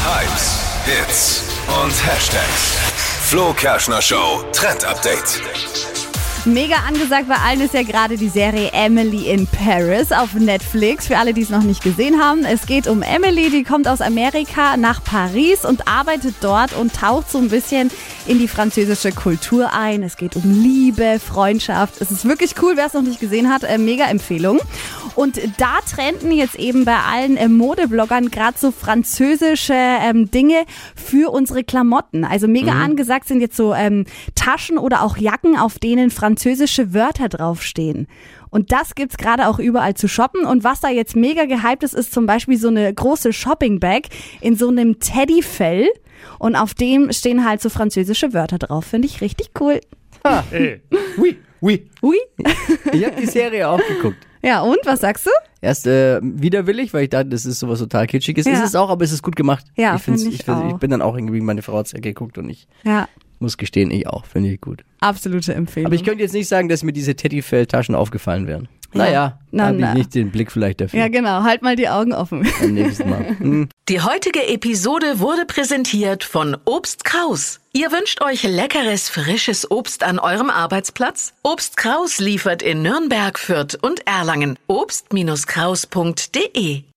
Hypes, Hits und Hashtags. Flo Kerschner Show Trend Update. Mega angesagt bei allen ist ja gerade die Serie Emily in Paris auf Netflix. Für alle, die es noch nicht gesehen haben. Es geht um Emily, die kommt aus Amerika nach Paris und arbeitet dort und taucht so ein bisschen in die französische Kultur ein. Es geht um Liebe, Freundschaft. Es ist wirklich cool, wer es noch nicht gesehen hat. Mega Empfehlung. Und da trenden jetzt eben bei allen Modebloggern gerade so französische Dinge für unsere Klamotten. Also mega angesagt sind jetzt so Taschen oder auch Jacken, auf denen französische Wörter draufstehen. Und das gibt's gerade auch überall zu shoppen. Und was da jetzt mega gehypt ist, ist zum Beispiel so eine große Shopping-Bag in so einem Teddyfell. Und auf dem stehen halt so französische Wörter drauf. Finde ich richtig cool. Ah, oui, oui. Ui. Ich habe die Serie auch geguckt. Ja, und? Was sagst du? Erst widerwillig, weil ich dachte, das ist sowas total Kitschiges. Ja. Ist es auch, aber es ist gut gemacht. Ja, ich finde ich auch. Ich bin dann auch irgendwie, meine Frau hat's ja geguckt und ich muss gestehen, ich auch. Finde ich gut. Absolute Empfehlung. Aber ich könnte jetzt nicht sagen, dass mir diese Teddyfell-Taschen aufgefallen wären. Naja, habe ich nicht den Blick vielleicht dafür. Ja, genau. Halt mal die Augen offen. Beim nächsten Mal. Die heutige Episode wurde präsentiert von Obst Kraus. Ihr wünscht euch leckeres, frisches Obst an eurem Arbeitsplatz? Obst Kraus liefert in Nürnberg, Fürth und Erlangen. Obst-Kraus.de